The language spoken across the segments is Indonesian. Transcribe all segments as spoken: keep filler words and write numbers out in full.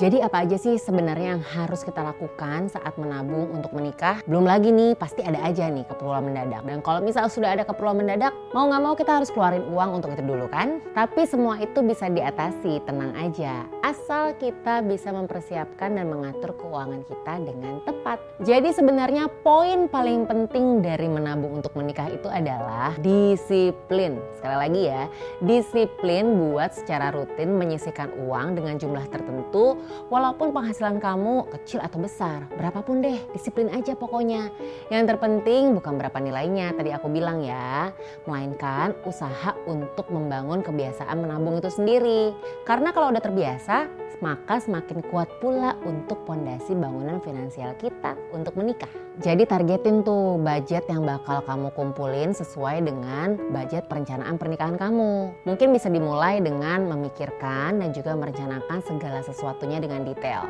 Jadi apa aja sih sebenarnya yang harus kita lakukan saat menabung untuk menikah? Belum lagi nih, pasti ada aja nih keperluan mendadak. Dan kalau misal sudah ada keperluan mendadak, mau gak mau kita harus keluarin uang untuk itu dulu kan? Tapi semua itu bisa diatasi, tenang aja. Asal kita bisa mempersiapkan dan mengatur keuangan kita dengan tepat. Jadi sebenarnya poin paling penting dari menabung untuk menikah itu adalah disiplin. Sekali lagi ya, disiplin buat secara rutin menyisihkan uang dengan jumlah tertentu. Walaupun penghasilan kamu kecil atau besar, berapapun deh, disiplin aja pokoknya. Yang terpenting bukan berapa nilainya, tadi aku bilang ya, melainkan usaha untuk membangun kebiasaan menabung itu sendiri. Karena kalau udah terbiasa, maka semakin kuat pula untuk pondasi bangunan finansial kita untuk menikah. Jadi targetin tuh budget yang bakal kamu kumpulin sesuai dengan budget perencanaan pernikahan kamu. Mungkin bisa dimulai dengan memikirkan dan juga merencanakan segala sesuatunya dengan detail.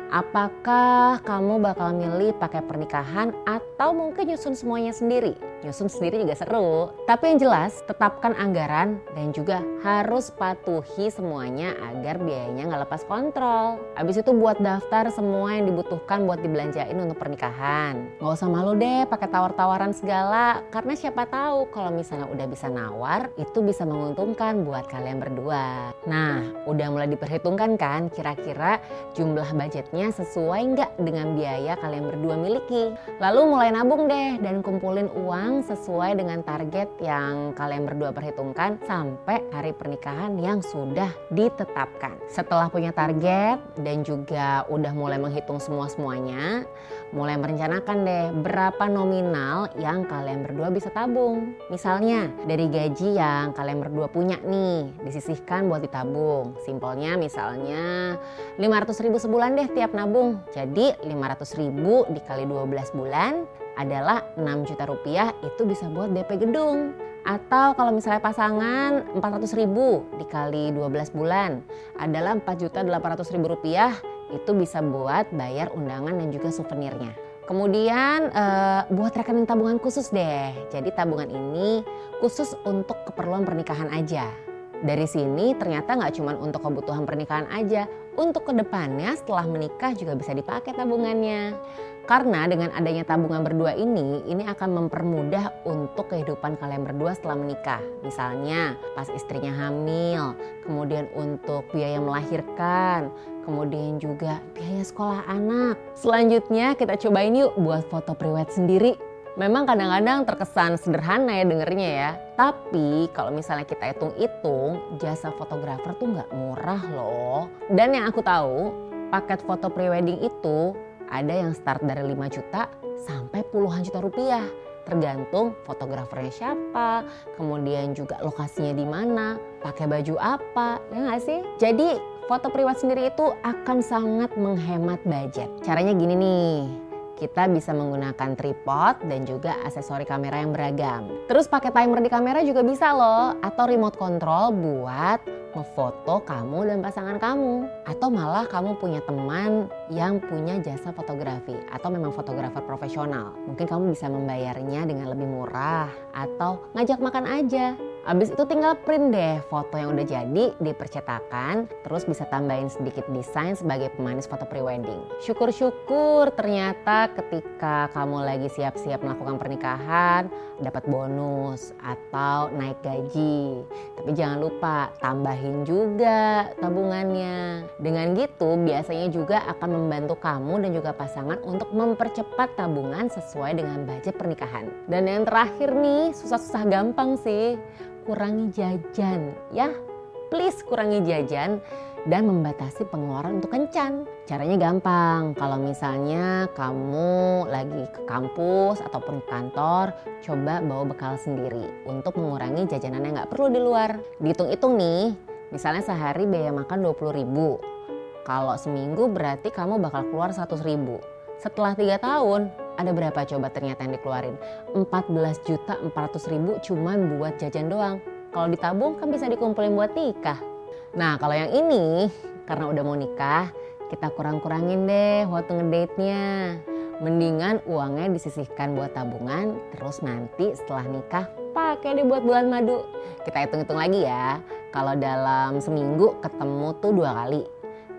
Apakah kamu bakal milih pakai pernikahan atau mungkin nyusun semuanya sendiri? Nyusun sendiri juga seru. Tapi yang jelas tetapkan anggaran dan juga harus patuhi semuanya agar biayanya nggak lepas kontrol. Abis itu buat daftar semua yang dibutuhkan buat dibelanjain untuk pernikahan. Nggak usah malu deh pakai tawar-tawaran segala, karena siapa tahu kalau misalnya udah bisa nawar itu bisa menguntungkan buat kalian berdua. Nah, udah mulai diperhitungkan kan kira-kira jumlah budgetnya sesuai nggak dengan biaya kalian berdua miliki. Lalu mulai nabung deh dan kumpulin uang sesuai dengan target yang kalian berdua perhitungkan sampai hari pernikahan yang sudah ditetapkan. Setelah punya target dan juga udah mulai menghitung semua-semuanya, mulai merencanakan deh berapa nominal yang kalian berdua bisa tabung. Misalnya dari gaji yang kalian berdua punya nih, disisihkan buat ditabung. Simpelnya misalnya lima ratus ribu sebulan deh tiap nabung. Jadi lima ratus ribu dikali dua belas bulan adalah enam juta rupiah, itu bisa buat D P gedung. Atau kalau misalnya pasangan empat ratus ribu dikali dua belas bulan adalah empat juta delapan ratus ribu rupiah, itu bisa buat bayar undangan dan juga souvenirnya. Kemudian eh, buat rekening tabungan khusus deh. Jadi tabungan ini khusus untuk keperluan pernikahan aja. Dari sini ternyata nggak cuma untuk kebutuhan pernikahan aja, untuk kedepannya setelah menikah juga bisa dipakai tabungannya. Karena dengan adanya tabungan berdua ini, ini akan mempermudah untuk kehidupan kalian berdua setelah menikah. Misalnya pas istrinya hamil, kemudian untuk biaya melahirkan, kemudian juga biaya sekolah anak. Selanjutnya kita cobain yuk buat foto priwet sendiri. Memang kadang-kadang terkesan sederhana ya dengernya ya. Tapi kalau misalnya kita hitung-hitung, jasa fotografer tuh nggak murah loh. Dan yang aku tahu, paket foto prewedding itu ada yang start dari lima juta sampai puluhan juta rupiah. Tergantung fotografernya siapa, kemudian juga lokasinya di mana, pakai baju apa, ya nggak sih? Jadi foto priwet sendiri itu akan sangat menghemat budget. Caranya gini nih. Kita bisa menggunakan tripod dan juga aksesori kamera yang beragam. Terus pakai timer di kamera juga bisa loh. Atau remote control buat ngefoto kamu dan pasangan kamu. Atau malah kamu punya teman yang punya jasa fotografi. Atau memang fotografer profesional. Mungkin kamu bisa membayarnya dengan lebih murah. Atau ngajak makan aja. Abis itu tinggal print deh foto yang udah jadi, dipercetakan, terus bisa tambahin sedikit desain sebagai pemanis foto prewedding. Syukur-syukur ternyata ketika kamu lagi siap-siap melakukan pernikahan, dapat bonus atau naik gaji. Tapi jangan lupa tambahin juga tabungannya. Dengan gitu biasanya juga akan membantu kamu dan juga pasangan untuk mempercepat tabungan sesuai dengan budget pernikahan. Dan yang terakhir nih, susah-susah gampang sih. Kurangi jajan ya, please kurangi jajan dan membatasi pengeluaran untuk kencan. Caranya gampang, kalau misalnya kamu lagi ke kampus ataupun ke kantor, coba bawa bekal sendiri untuk mengurangi jajanan yang gak perlu di luar. Dihitung-hitung nih, misalnya sehari biaya makan dua puluh ribu, kalau seminggu berarti kamu bakal keluar seratus ribu. Setelah tiga tahun, ada berapa coba ternyata yang dikeluarin? empat belas juta empat ratus ribu cuman buat jajan doang. Kalau ditabung kan bisa dikumpulin buat nikah. Nah kalau yang ini, karena udah mau nikah, kita kurang-kurangin deh waktu ngedate-nya. Mendingan uangnya disisihkan buat tabungan, terus nanti setelah nikah pakai deh buat bulan madu. Kita hitung-hitung lagi ya, kalau dalam seminggu ketemu tuh dua kali.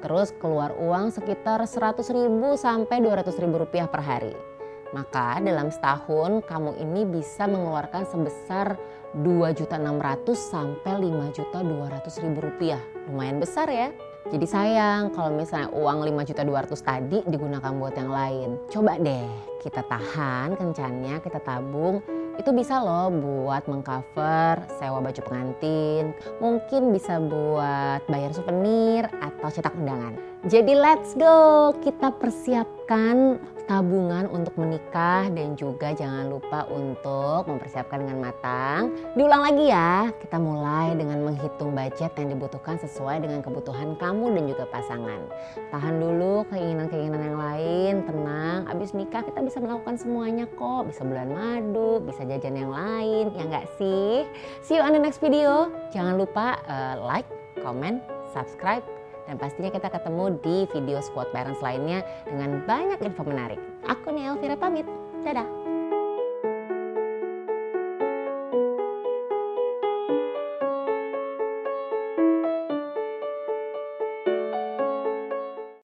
Terus keluar uang sekitar seratus ribu sampai dua ratus ribu rupiah per hari. Maka dalam setahun kamu ini bisa mengeluarkan sebesar dua juta enam ratus sampai lima juta dua ratus ribu rupiah. Lumayan besar ya. Jadi sayang kalau misalnya uang lima juta dua ratus tadi digunakan buat yang lain. Coba deh kita tahan kencannya, kita tabung. Itu bisa loh buat mengcover sewa baju pengantin, mungkin bisa buat bayar souvenir atau cetak undangan. Jadi let's go, kita persiapkan tabungan untuk menikah dan juga jangan lupa untuk mempersiapkan dengan matang. Diulang lagi ya, kita mulai dengan menghitung budget yang dibutuhkan sesuai dengan kebutuhan kamu dan juga pasangan. Tahan dulu keinginan-keinginan yang lain, tenang, abis nikah kita bisa melakukan semuanya kok. Bisa bulan madu, bisa jajan yang lain, ya nggak sih? See you on the next video. Jangan lupa uh, like, comment, subscribe. Dan pastinya kita ketemu di video Squad Parents lainnya dengan banyak info menarik. Aku nih Elvira pamit. Dadah.